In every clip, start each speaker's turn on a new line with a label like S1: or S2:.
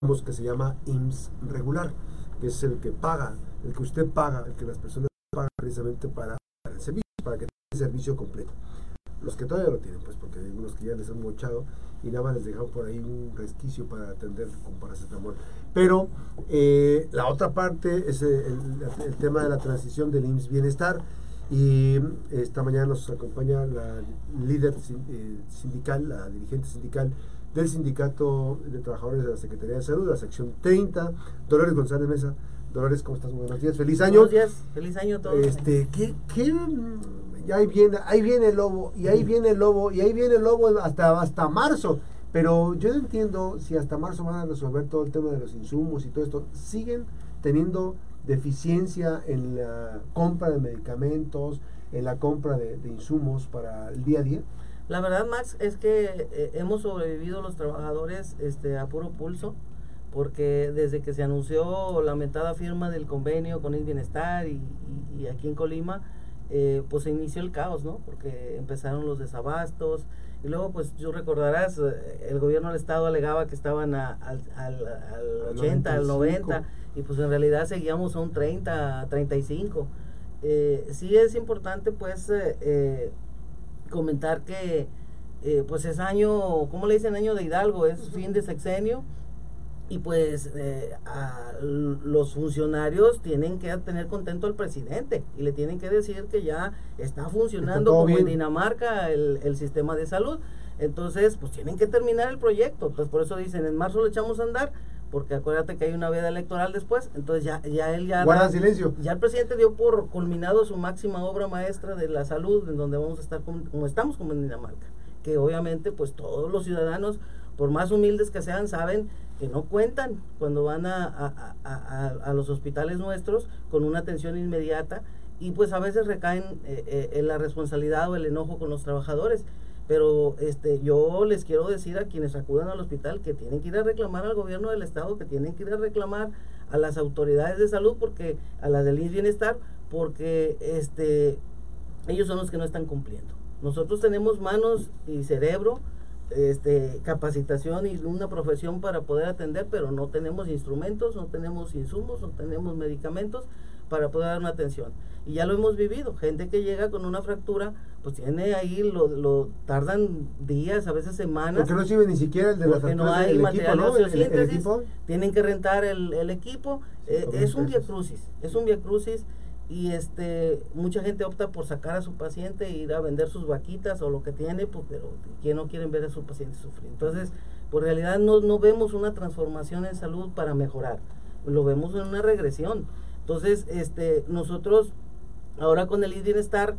S1: que se llama IMSS regular, que es el que paga, el que usted paga, el que las personas pagan precisamente para el servicio, para que tenga el servicio completo. Los que todavía lo tienen, pues, porque hay algunos que ya les han mochado y nada más les dejan por ahí un resquicio para atender con paracetamol. Pero la otra parte es el tema de la transición del IMSS Bienestar, y esta mañana nos acompaña la líder sindical, la dirigente sindical del Sindicato de Trabajadores de la Secretaría de Salud, la sección 30, Dolores González Mesa. Dolores, ¿cómo estás? Buenos días, feliz año.
S2: Buenos días, feliz año a todos.
S1: Ya ahí viene el lobo, y ahí viene el lobo, y ahí viene el lobo hasta marzo. Pero yo no entiendo si hasta marzo van a resolver todo el tema de los insumos y todo esto. Siguen teniendo deficiencia en la compra de medicamentos, en la compra de insumos para el día a día.
S2: La verdad, Max, es que hemos sobrevivido los trabajadores a puro pulso, porque desde que se anunció la mentada firma del convenio con el Bienestar y aquí en Colima, pues se inició el caos, ¿no? Porque empezaron los desabastos, y luego, pues, tú recordarás, el gobierno del estado alegaba que estaban al 80, al 90, y pues en realidad seguíamos a un 30, 35. Sí es importante, pues, comentar que, pues, es año, ¿cómo le dicen? Año de Hidalgo, es fin de sexenio, y pues los funcionarios tienen que tener contento al presidente y le tienen que decir que ya está funcionando como en Dinamarca el sistema de salud. Entonces, pues tienen que terminar el proyecto. Entonces, por eso dicen, en marzo lo echamos a andar, porque acuérdate que hay una veda electoral después. Entonces ya
S1: guarda silencio.
S2: Ya el presidente dio por culminado su máxima obra maestra de la salud, en donde vamos a estar como estamos, como en Dinamarca, que obviamente pues todos los ciudadanos, por más humildes que sean, saben que no cuentan cuando van a los hospitales nuestros con una atención inmediata, y pues a veces recaen en la responsabilidad o el enojo con los trabajadores. Pero yo les quiero decir a quienes acudan al hospital que tienen que ir a reclamar al gobierno del estado, que tienen que ir a reclamar a las autoridades de salud, porque a las del IMSS Bienestar, porque ellos son los que no están cumpliendo. Nosotros tenemos manos y cerebro, capacitación y una profesión para poder atender, pero no tenemos instrumentos, no tenemos insumos, no tenemos medicamentos para poder dar una atención. Y ya lo hemos vivido, gente que llega con una fractura, pues tiene ahí, lo tardan días, a veces semanas.
S1: Porque no sirve ni siquiera el de la fractura,
S2: no hay material de osteosíntesis,
S1: el equipo.
S2: Tienen que rentar el equipo, es un viacrucis, y mucha gente opta por sacar a su paciente e ir a vender sus vaquitas o lo que tiene, pues, pero que no quieren ver a su paciente sufrir. Entonces, por realidad no vemos una transformación en salud para mejorar, lo vemos en una regresión. Entonces, nosotros ahora con el Bienestar,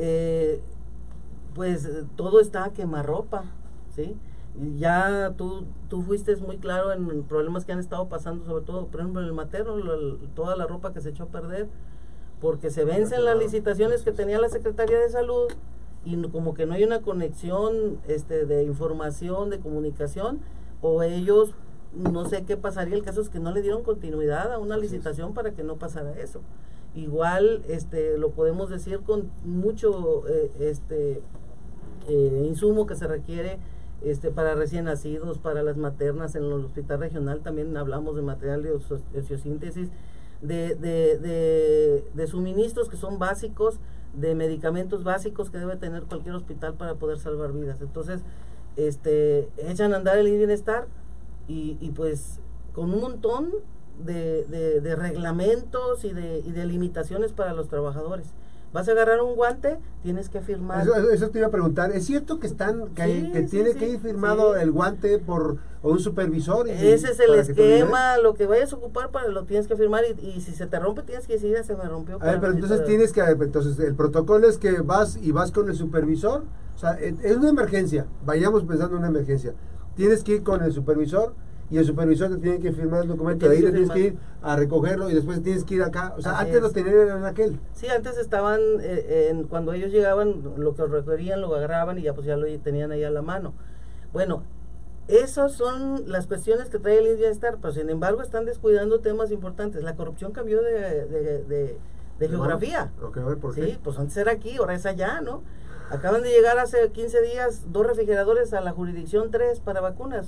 S2: pues todo está a quemarropa, ¿sí? Ya tú fuiste muy claro en problemas que han estado pasando, sobre todo, por ejemplo, en el materno, toda la ropa que se echó a perder, porque se vencen las licitaciones que tenía la Secretaría de Salud, y como que no hay una conexión de información, de comunicación, o ellos, no sé qué pasaría. El caso es que no le dieron continuidad a una licitación para que no pasara eso. Igual lo podemos decir con mucho insumo que se requiere para recién nacidos, para las maternas. En el hospital regional también hablamos de material de osteosíntesis, de suministros que son básicos, de medicamentos básicos que debe tener cualquier hospital para poder salvar vidas. Entonces echan a andar el Bienestar y pues con un montón de reglamentos y de limitaciones para los trabajadores. Vas a agarrar un guante, tienes que firmar.
S1: Eso te iba a preguntar. ¿Es cierto que tiene que ir firmado el guante por un supervisor?
S2: Ese es el esquema, lo que vayas a ocupar lo tienes que firmar, y si se te rompe tienes que decir, ya se me rompió.
S1: Pero entonces el protocolo es que vas con el supervisor. O sea, es una emergencia, vayamos pensando en una emergencia. Tienes que ir con el supervisor, y el supervisor te tiene que firmar el documento, de ahí tienes que ir a recogerlo y después tienes que ir acá. O sea, antes lo tenían en aquel.
S2: Sí, antes estaban, cuando ellos llegaban, lo que requerían lo agarraban y ya pues ya lo tenían ahí a la mano. Bueno, esas son las cuestiones que trae el Bienestar, pero sin embargo están descuidando temas importantes. La corrupción cambió de geografía.
S1: Okay, a ver, ¿por qué?
S2: Sí, pues antes era aquí, ahora es allá, ¿no? Acaban de llegar hace 15 días 2 refrigeradores a la jurisdicción 3 para vacunas.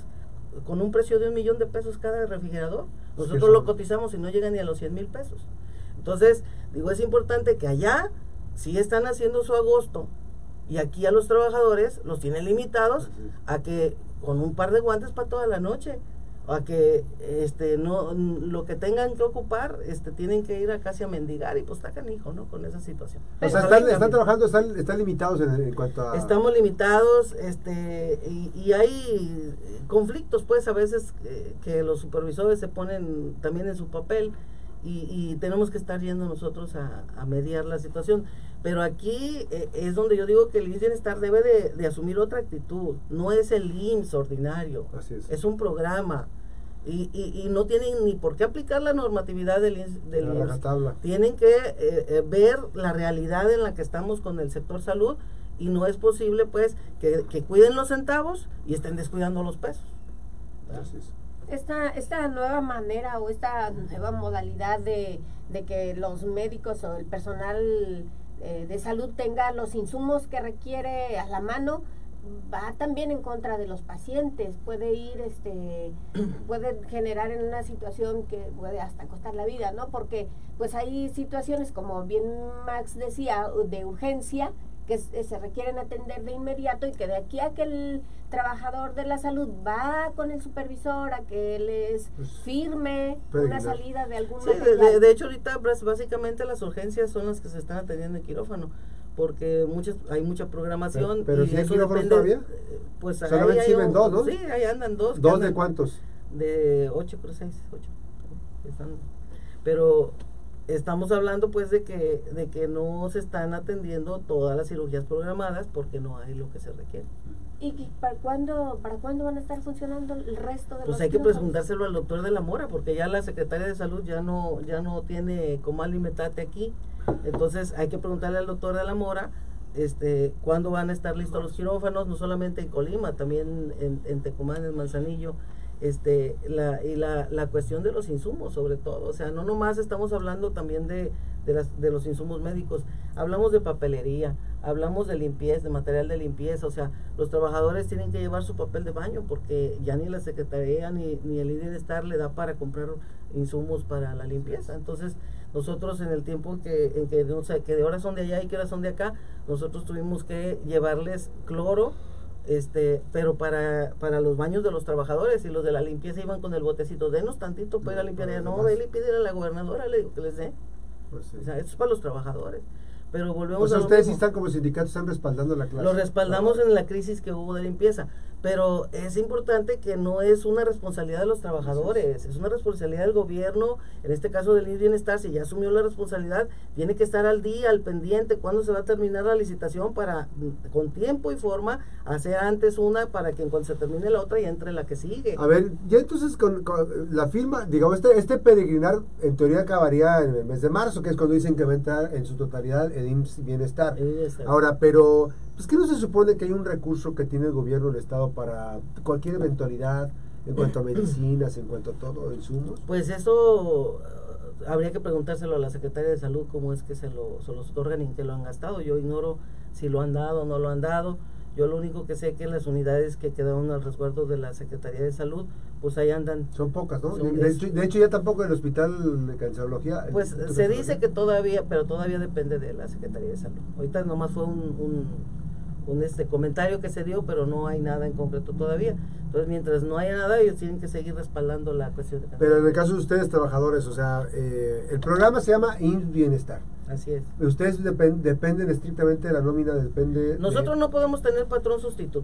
S2: con un precio de $1,000,000 cada refrigerador. Nosotros
S1: son...
S2: lo cotizamos y no llega ni a los 100,000 pesos. Entonces, digo, es importante que allá sí están haciendo su agosto y aquí a los trabajadores los tienen limitados a que con un par de guantes para toda la noche, a que no lo que tengan que ocupar tienen que ir a casi a mendigar, y pues está canijo, ¿no? Con esa situación.
S1: O sea, están trabajando, están limitados en cuanto a...
S2: Estamos limitados, y hay conflictos, pues, a veces que los supervisores se ponen también en su papel y tenemos que estar yendo nosotros a mediar la situación. Pero aquí es donde yo digo que el IMSS Bienestar debe de asumir otra actitud. No es el IMSS ordinario,
S1: es
S2: un programa. Y no tienen ni por qué aplicar la normatividad del IMSS. Tienen que ver la realidad en la que estamos con el sector salud, y no es posible pues que cuiden los centavos y estén descuidando los pesos.
S1: Así es.
S3: Esta nueva manera o esta nueva modalidad de que los médicos o el personal de salud tenga los insumos que requiere a la mano, va también en contra de los pacientes, puede ir, puede generar en una situación que puede hasta costar la vida, ¿no? Porque pues hay situaciones, como bien Max decía, de urgencia, que se requieren atender de inmediato, y que de aquí a que el trabajador de la salud va con el supervisor a que les firme una salida de algún
S2: material. De hecho, ahorita básicamente las urgencias son las que se están atendiendo en quirófano, porque hay mucha programación.
S1: Pero
S2: y
S1: si hay
S2: eso
S1: quirófanos
S2: depende,
S1: todavía,
S2: pues
S1: solamente exhiben 2, ¿no?
S2: Sí, ahí andan 2.
S1: ¿2 de cuántos?
S2: De 8, creo 6, 8. Pero estamos hablando pues de que no se están atendiendo todas las cirugías programadas porque no hay lo que se requiere.
S3: ¿Y para cuándo van a estar funcionando el resto de los
S2: Pues hay que preguntárselo al doctor de la Mora, porque ya la Secretaría de Salud ya no tiene como alimentate aquí. Entonces hay que preguntarle al doctor de la Mora cuándo van a estar listos los quirófanos, no solamente en Colima, también en Tecomán, en Manzanillo. La cuestión de los insumos, sobre todo, o sea, no nomás estamos hablando también de los insumos médicos, hablamos de papelería, hablamos de limpieza, de material de limpieza, o sea, los trabajadores tienen que llevar su papel de baño porque ya ni la Secretaría ni el Bienestar le da para comprar insumos para la limpieza. Entonces nosotros en el tiempo en que no sé, que de horas son de allá y que horas son de acá, nosotros tuvimos que llevarles cloro, pero para los baños de los trabajadores, y los de la limpieza iban con el botecito, denos tantito para ir a limpiar. No, ve y pídele a la gobernadora, le digo que les dé.
S1: Pues sí.
S2: O sea, esto es para los trabajadores. Pero volvemos
S1: o sea,
S2: a
S1: ustedes sí están como sindicatos, están respaldando la clase.
S2: Lo respaldamos en la crisis que hubo de limpieza, pero es importante que no es una responsabilidad de los trabajadores, es una responsabilidad del gobierno, en este caso del IMSS Bienestar. Si ya asumió la responsabilidad, tiene que estar al día, al pendiente, cuándo se va a terminar la licitación, para con tiempo y forma hacer antes una, para que cuando se termine la otra y entre la que sigue.
S1: A ver, ya entonces con la firma, digamos, este peregrinar en teoría acabaría en el mes de marzo, que es cuando dicen que va a entrar en su totalidad el IMSS Bienestar. Ahora, pero pues ¿qué no se supone que hay un recurso que tiene el gobierno del estado para cualquier eventualidad en cuanto a medicinas, en cuanto a todo, insumos?
S2: Pues eso habría que preguntárselo a la Secretaría de Salud, cómo es que se los otorgan y en qué lo han gastado. Yo ignoro si lo han dado o no lo han dado. Yo lo único que sé es que las unidades que quedaron al resguardo de la Secretaría de Salud, pues ahí andan.
S1: Son pocas, ¿no? De hecho ya tampoco el hospital de cancerología.
S2: Pues se dice que todavía, pero todavía depende de la Secretaría de Salud. Ahorita nomás fue un comentario que se dio, pero no hay nada en concreto todavía. Entonces, mientras no haya nada, ellos tienen que seguir respaldando la cuestión de cancer.
S1: Pero en el caso de ustedes, trabajadores, o sea, el programa se llama IMSS Bienestar.
S2: Así es.
S1: Ustedes dependen estrictamente de la nómina,
S2: Nosotros no podemos tener patrón sustituto.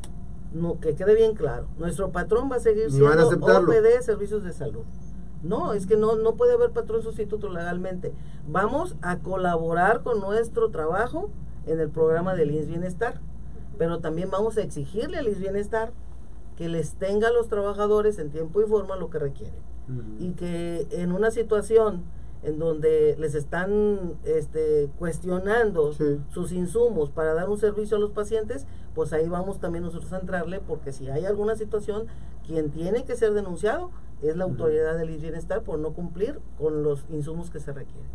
S2: No, que quede bien claro. Nuestro patrón va a seguir siendo OPD, Servicios de Salud. No, es que no puede haber patrón sustituto legalmente. Vamos a colaborar con nuestro trabajo en el programa del IMSS Bienestar, pero también vamos a exigirle al IMSS Bienestar que les tenga a los trabajadores en tiempo y forma lo que requieren. Y que en una situación en donde les están cuestionando sus insumos para dar un servicio a los pacientes, pues ahí vamos también nosotros a entrarle, porque si hay alguna situación, quien tiene que ser denunciado es la autoridad del IMSS Bienestar por no cumplir con los insumos que se requieren.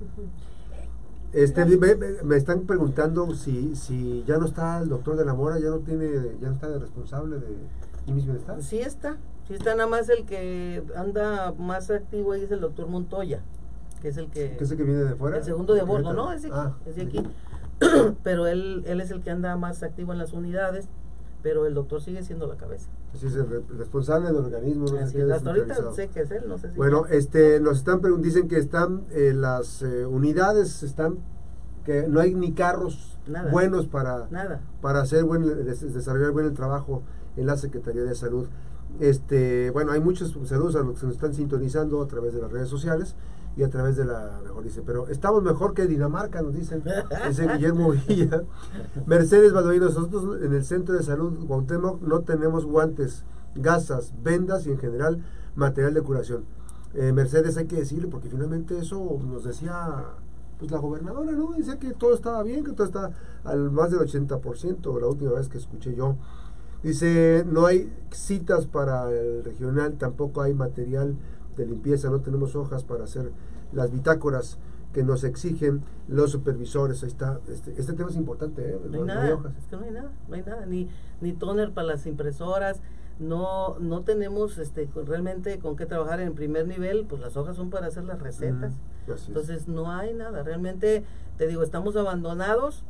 S1: Me están preguntando si ya no está el doctor de la Mora, ya no está de responsable de IMSS Bienestar.
S2: Sí está. Sí está nada más el que anda más activo ahí es el doctor Montoya, que es el que...
S1: ¿Qué es el que viene de fuera?
S2: El segundo de bordo, ¿no? Es de aquí. Es de aquí. Pero él es el que anda más activo en las unidades, pero el doctor sigue siendo la cabeza.
S1: Sí, es el responsable del organismo. No
S2: Así
S1: sé qué,
S2: hasta ahorita sé que es él, no sé si...
S1: Bueno, nos están dicen que están las unidades, están que no hay ni carros
S2: Nada.
S1: buenos para hacer desarrollar buen el trabajo en la Secretaría de Salud. Bueno, hay muchos saludos a los que nos están sintonizando a través de las redes sociales y a través de mejor dice, pero estamos mejor que Dinamarca, nos dicen, dice Guillermo Villa. Mercedes Baldoví, nosotros en el Centro de Salud Cuauhtémoc no tenemos guantes, gasas, vendas y en general material de curación. Mercedes, hay que decirle, porque finalmente eso nos decía pues la gobernadora, ¿no? Decía que todo estaba bien, que todo está al más del 80%, la última vez que escuché yo. Dice, no hay citas para el regional, tampoco hay material de limpieza, no tenemos hojas para hacer las bitácoras que nos exigen los supervisores. Ahí está, este tema es importante, ¿eh?
S2: No hay nada, es que no hay nada, ni tóner para las impresoras, no tenemos realmente con qué trabajar en primer nivel, pues las hojas son para hacer las recetas. Entonces no hay nada, realmente te digo, estamos abandonados.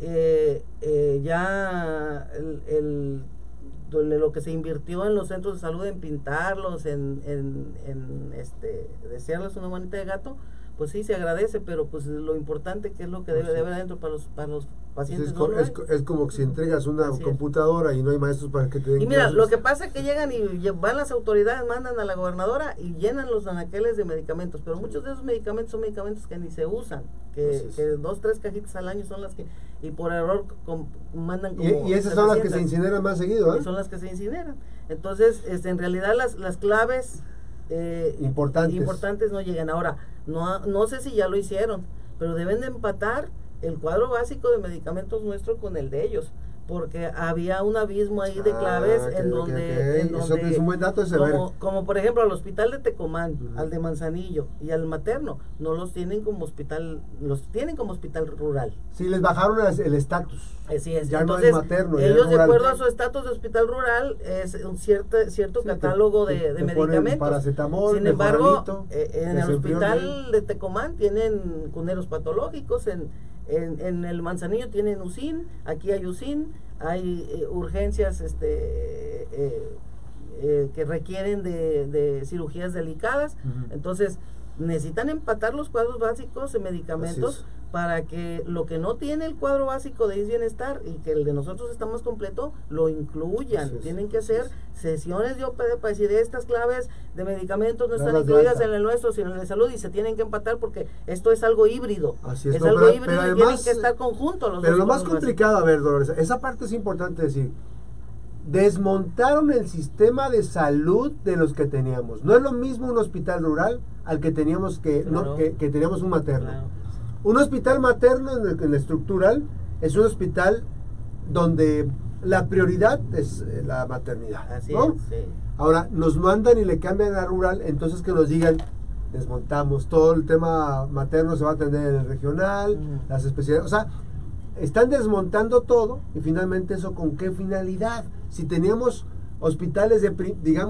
S2: Ya lo que se invirtió en los centros de salud, en pintarlos, en desearles una manita de gato, pues sí se agradece, pero pues lo importante que es lo que debe de haber adentro para los pacientes.
S1: Es como que si entregas una computadora y no hay maestros para que te den
S2: y mira,
S1: clases.
S2: lo que pasa es que llegan y van las autoridades, mandan a la gobernadora y llenan los anaqueles de medicamentos, pero muchos de esos medicamentos son medicamentos que ni se usan, que 2-3 cajitas al año son las que, y por error mandan como
S1: y esas son las que se incineran más seguido, ¿eh?
S2: Son las que se incineran. Entonces, en realidad las claves importantes no llegan. Ahora, no sé si ya lo hicieron, pero deben de empatar el cuadro básico de medicamentos nuestro con el de ellos, porque había un abismo ahí de claves en donde
S1: eso es un buen dato ese,
S2: como por ejemplo al hospital de Tecomán, al de Manzanillo y al materno, no los tienen como hospital, los tienen como hospital rural.
S1: Sí, les bajaron el estatus.
S2: Así es.
S1: Ya
S2: Entonces,
S1: no es materno,
S2: ellos
S1: de
S2: acuerdo a su estatus de hospital rural es un cierto catálogo de medicamentos.
S1: Paracetamol,
S2: sin embargo, en el hospital de Tecomán tienen cuneros patológicos, en el Manzanillo tienen UCIN, aquí hay UCIN, hay urgencias que requieren de cirugías delicadas. Entonces necesitan empatar los cuadros básicos de medicamentos para que lo que no tiene el cuadro básico de bienestar y que el de nosotros está más completo, lo incluyan. Tienen que hacer sesiones de OPD para decir, estas claves de medicamentos no están incluidas en el nuestro, sino en el de salud, y se tienen que empatar porque esto es algo híbrido. Algo híbrido, pero además, y tienen que estar conjuntos los
S1: pero
S2: dos.
S1: Lo más complicado, a ver, Dolores, esa parte es importante decir, desmontaron el sistema de salud de los que teníamos. No es lo mismo un hospital rural al que teníamos que teníamos un materno.
S2: Claro.
S1: Un hospital materno en la estructural es un hospital donde la prioridad es la maternidad.
S2: Así
S1: ¿no?
S2: es, sí.
S1: Ahora, nos mandan y le cambian a rural, entonces que nos digan, desmontamos todo el tema materno, se va a atender en el regional, las especialidades, o sea, están desmontando todo y finalmente eso ¿con qué finalidad? Si teníamos hospitales de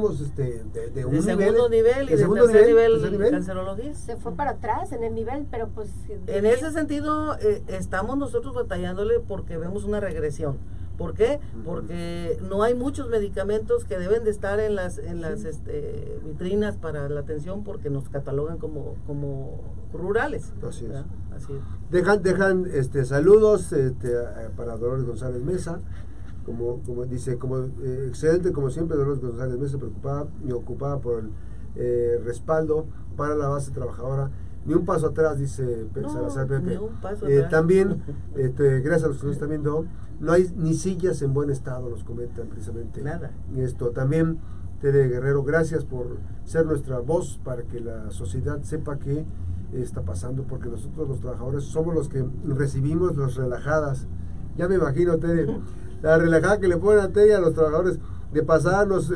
S1: un
S2: segundo nivel y de tercer nivel cancerología.
S3: Se fue para atrás en el nivel, pero pues...
S2: En ese sentido, estamos nosotros batallándole porque vemos una regresión. ¿Por qué? Porque no hay muchos medicamentos que deben de estar en las vitrinas para la atención porque nos catalogan como rurales.
S1: Así es.
S2: Así es.
S1: Dejan saludos para Dolores González Mesa. Como dice, excelente como siempre, Dolores González Mesa, preocupada y ocupada por el respaldo para la base trabajadora. Ni un paso atrás, dice Salazar Pepe.
S2: Ni un paso atrás.
S1: También, gracias a los que nos están viendo, no hay ni sillas en buen estado, nos comentan precisamente.
S2: Nada.
S1: Y esto también, Tere Guerrero, gracias por ser nuestra voz para que la sociedad sepa qué está pasando, porque nosotros los trabajadores somos los que recibimos las relajadas. Ya me imagino, Tere, la relajada que le ponen a Tere y a los trabajadores. De pasada nos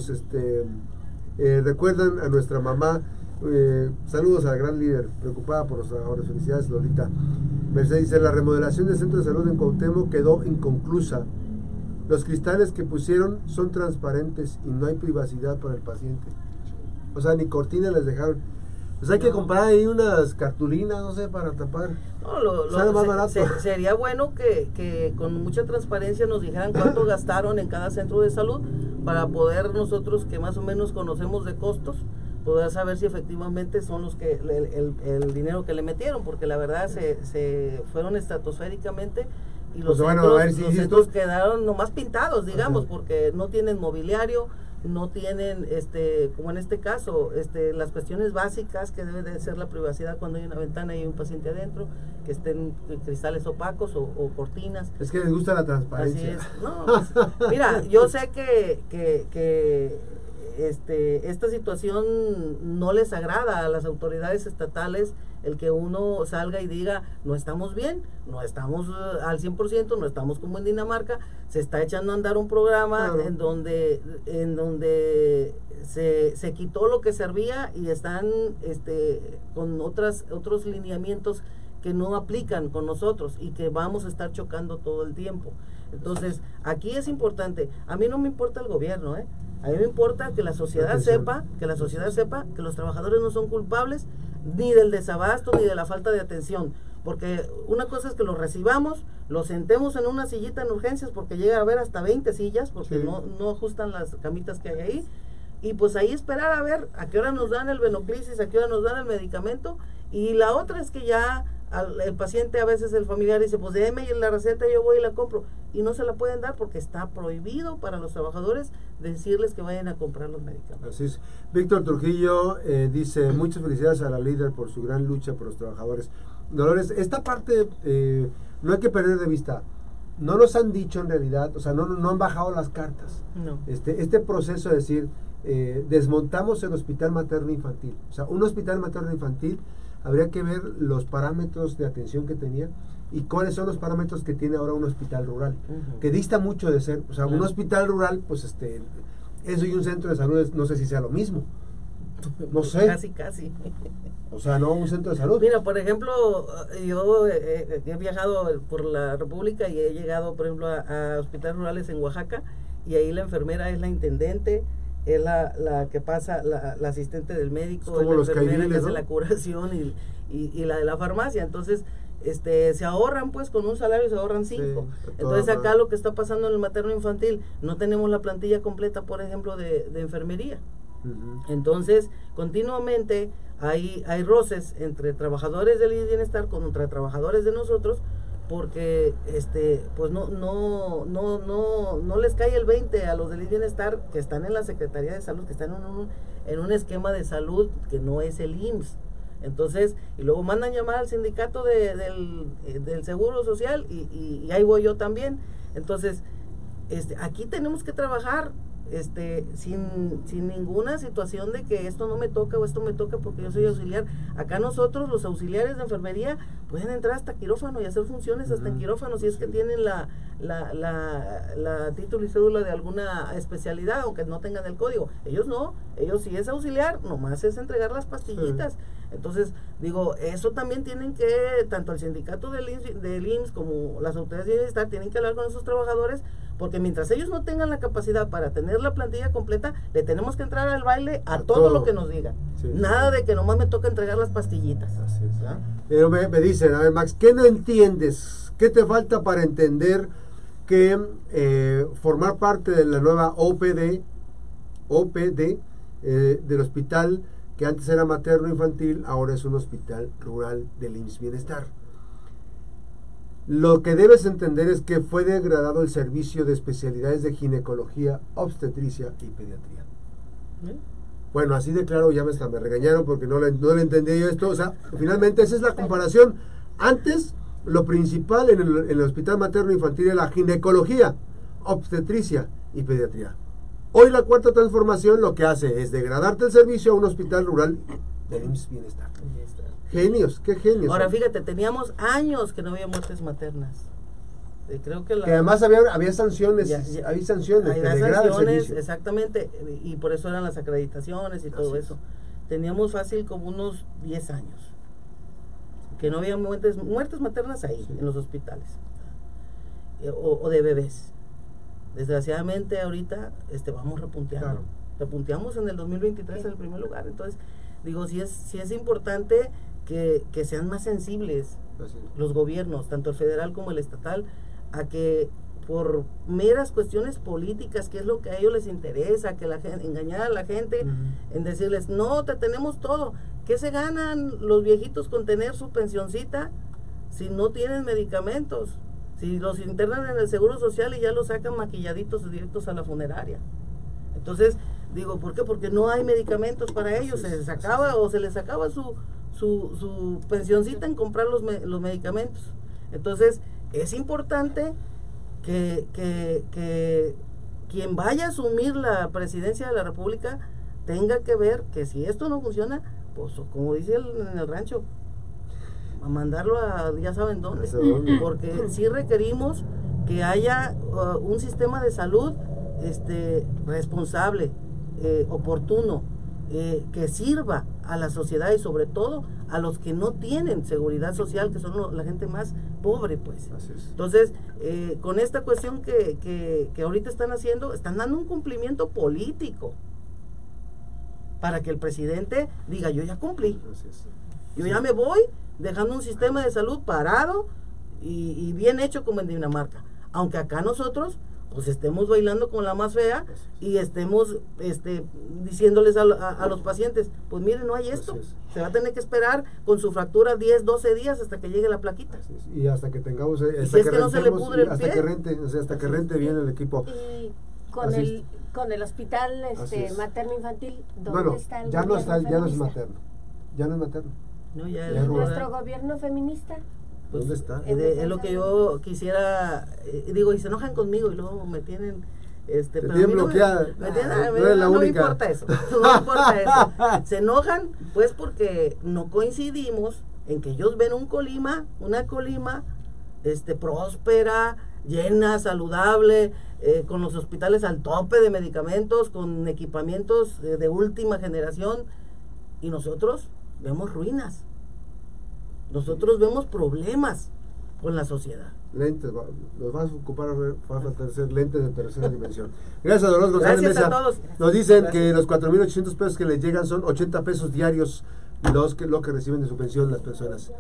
S1: recuerdan a nuestra mamá. Saludos a la gran líder, preocupada por los trabajadores. Felicidades, Lolita. Mercedes dice, la remodelación del centro de salud en Cuauhtémoc quedó inconclusa. Los cristales que pusieron son transparentes y no hay privacidad para el paciente. O sea, ni cortinas les dejaron. Pues hay que comprar ahí unas cartulinas, no sé, para tapar.
S2: No,
S1: sale más barato.
S2: Sería bueno que con mucha transparencia nos dijeran cuánto gastaron en cada centro de salud para poder nosotros, que más o menos conocemos de costos, poder saber si efectivamente son los que el dinero que le metieron, porque la verdad se fueron estratosféricamente y los centros quedaron nomás pintados, digamos, porque no tienen mobiliario, no tienen, como en este caso, las cuestiones básicas que debe de ser la privacidad cuando hay una ventana y hay un paciente adentro, que estén cristales opacos o cortinas.
S1: Es que les gusta la transparencia.
S2: Así es. No, pues, mira, yo sé que esta situación no les agrada a las autoridades estatales, el que uno salga y diga no estamos bien, no estamos al 100%, no estamos como en Dinamarca. Se está echando a andar un programa, claro, en donde se quitó lo que servía y están con otros lineamientos que no aplican con nosotros y que vamos a estar chocando todo el tiempo. Entonces, aquí es importante, a mí no me importa el gobierno, a mí me importa que la sociedad sepa que los trabajadores no son culpables ni del desabasto ni de la falta de atención, porque una cosa es que los recibamos, los sentemos en una sillita en urgencias, porque llega a haber hasta 20 sillas, porque sí, no ajustan las camitas que hay ahí, y pues ahí esperar a ver a qué hora nos dan el Venoclisis, a qué hora nos dan el medicamento. Y la otra es que ya el paciente, a veces el familiar dice, pues déme la receta, yo voy y la compro, y no se la pueden dar porque está prohibido para los trabajadores decirles que vayan a comprar los medicamentos.
S1: Así es. Víctor Trujillo dice, muchas felicidades a la líder por su gran lucha por los trabajadores. Dolores, esta parte no hay que perder de vista. No nos han dicho en realidad, o sea, no han bajado las cartas.
S2: No.
S1: Este proceso de decir, desmontamos el hospital materno infantil. O sea, un hospital materno infantil, habría que ver los parámetros de atención que tenía y cuáles son los parámetros que tiene ahora un hospital rural, que dista mucho de ser, o sea, un hospital rural, pues eso y un centro de salud, no sé si sea lo mismo. No sé.
S2: Casi.
S1: O sea, no un centro de salud.
S2: Mira, por ejemplo, yo he viajado por la República y he llegado, por ejemplo, a hospitales rurales en Oaxaca, y ahí la enfermera es la intendente, es la que pasa, la asistente del médico, es la enfermera que hace la curación y la de la farmacia. Entonces, se ahorran, pues, con un salario se ahorran 5. Sí, entonces acá lo que está pasando en el materno infantil, no tenemos la plantilla completa, por ejemplo, de enfermería. Entonces, continuamente hay roces entre trabajadores del bienestar contra trabajadores de nosotros, porque pues no les cae el 20 a los del bienestar que están en la Secretaría de Salud, que están en un esquema de salud que no es el IMSS. Entonces, y luego mandan llamar al sindicato del Seguro Social y ahí voy yo también. Entonces, aquí tenemos que trabajar sin ninguna situación de que esto no me toca o esto me toca porque yo soy auxiliar. Acá nosotros, los auxiliares de enfermería, pueden entrar hasta quirófano y hacer funciones hasta en quirófano si es que tienen la título y cédula de alguna especialidad, aunque no tengan el código. Ellos no, ellos si es auxiliar, nomás es entregar las pastillitas. Entonces, digo, eso también tienen que, tanto el sindicato del IMSS como las autoridades de bienestar tienen que hablar con esos trabajadores, porque mientras ellos no tengan la capacidad para tener la plantilla completa, le tenemos que entrar al baile a todo lo que nos digan. Nada de que nomás me toca entregar las pastillitas. Así es.
S1: Pero me dicen, a ver, Max, ¿qué no entiendes? ¿Qué te falta para entender que formar parte de la nueva OPD del hospital que antes era materno infantil, ahora es un hospital rural del IMSS Bienestar? Lo que debes entender es que fue degradado el servicio de especialidades de ginecología, obstetricia y pediatría. Bueno, así de claro, ya me regañaron porque no le entendí yo esto. O sea, finalmente esa es la comparación. Antes, lo principal en el hospital materno infantil era la ginecología, obstetricia y pediatría. Hoy la cuarta transformación lo que hace es degradarte el servicio a un hospital rural del IMSS Bienestar. Genios, qué genios.
S2: Ahora fíjate, teníamos años que no había muertes maternas. Creo que
S1: además había sanciones, había sanciones,
S2: exactamente, y por eso eran las acreditaciones y todo eso. Teníamos fácil como unos 10 años que no había muertes maternas ahí, en los hospitales, o de bebés. Desgraciadamente ahorita vamos repunteando.
S1: Claro.
S2: Repunteamos en el 2023 en el primer lugar. Entonces, digo, sí es importante que sean más sensibles los gobiernos, tanto el federal como el estatal, a que por meras cuestiones políticas, que es lo que a ellos les interesa, que la gente, engañar a la gente, en decirles, no, te tenemos todo. ¿Qué se ganan los viejitos con tener su pensioncita si no tienen medicamentos? Si los internan en el Seguro Social y ya los sacan maquilladitos directos a la funeraria. Entonces, digo, ¿por qué? Porque no hay medicamentos para ellos. Se les acaba o se les acaba su pensioncita en comprar los medicamentos. Entonces, es importante que quien vaya a asumir la presidencia de la República tenga que ver que si esto no funciona, pues como dice en el rancho, a mandarlo a ya saben dónde, porque sí requerimos que haya un sistema de salud responsable, oportuno, que sirva a la sociedad y sobre todo a los que no tienen seguridad social, que son la gente más pobre, pues.
S1: Así es.
S2: Entonces, con esta cuestión que ahorita están haciendo, están dando un cumplimiento político para que el presidente diga, yo ya cumplí.
S1: Así es.
S2: Yo ya me voy dejando un sistema de salud parado y bien hecho como en Dinamarca. Aunque acá nosotros pues estemos bailando con la más fea y estemos diciéndoles a los pacientes, pues miren, no hay esto. Se va a tener que esperar con su fractura 10, 12 días hasta que llegue la plaquita.
S1: Y hasta que tengamos,
S2: hasta que no se le pudre el
S1: hasta
S2: pie.
S1: que rente, o sea, hasta que rente bien el equipo.
S3: Y con el hospital materno infantil, ¿dónde
S1: bueno,
S3: está el
S1: ya no está,
S3: gobierno
S1: ya no es
S3: feminista?
S1: materno. Ya no es materno.
S2: No, ya
S3: ¿Y nuestro gobierno feminista?
S2: Pues,
S1: ¿dónde está?
S2: Es lo que yo quisiera, digo, y se enojan conmigo y luego me tienen
S1: Te
S2: pero
S1: tienen bloqueada.
S2: No me importa eso, no me importa eso. Se enojan pues porque no coincidimos en que ellos ven una Colima próspera, llena, saludable, con los hospitales al tope de medicamentos, con equipamientos de última generación, y nosotros vemos ruinas. Nosotros vemos problemas con la sociedad.
S1: Lentes, nos vas a ocupar, va a faltar ser lentes de tercera dimensión. Gracias a Dolores González
S2: Gracias
S1: Mesa.
S2: a todos.
S1: Nos dicen
S2: Gracias.
S1: que los 4,800 pesos que les llegan son 80 pesos diarios lo que reciben de su pensión las personas.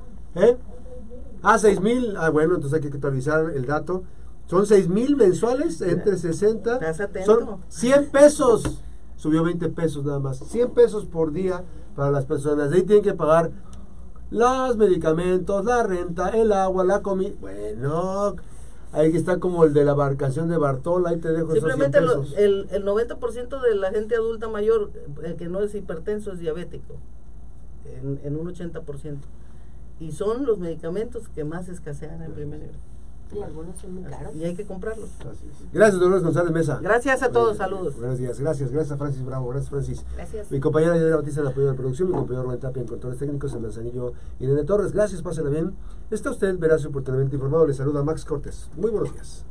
S1: 6,000. Bueno, entonces hay que actualizar el dato. Son 6,000 mensuales, entre 60.
S2: ¿Estás atento?
S1: Son 100 pesos. Subió 20 pesos nada más. 100 pesos por día para las personas. De ahí tienen que pagar los medicamentos, la renta, el agua, la comida. Bueno, ahí está como el de la embarcación de Bartola. Ahí te dejo
S2: Simplemente
S1: esos 100 pesos.
S2: el 90% de la gente adulta mayor, que no es hipertenso, es diabético, en un 80%. Y son los medicamentos que más escasean en primer nivel.
S3: Y algunos son muy caros.
S2: Y hay que comprarlos.
S1: Así es. Gracias, Dolores González Mesa.
S2: Gracias a todos, saludos.
S1: Buenos días, gracias a Francis Bravo, gracias Francis.
S3: Gracias.
S1: Mi compañera Yadira Batista en el apoyo de la producción, mi compañero Rubén Tapia en controles técnicos, en Manzanillo y Irene Torres. Gracias, pásenla bien. Está usted veraz y oportunamente informado. Le saluda Max Cortés. Muy buenos días.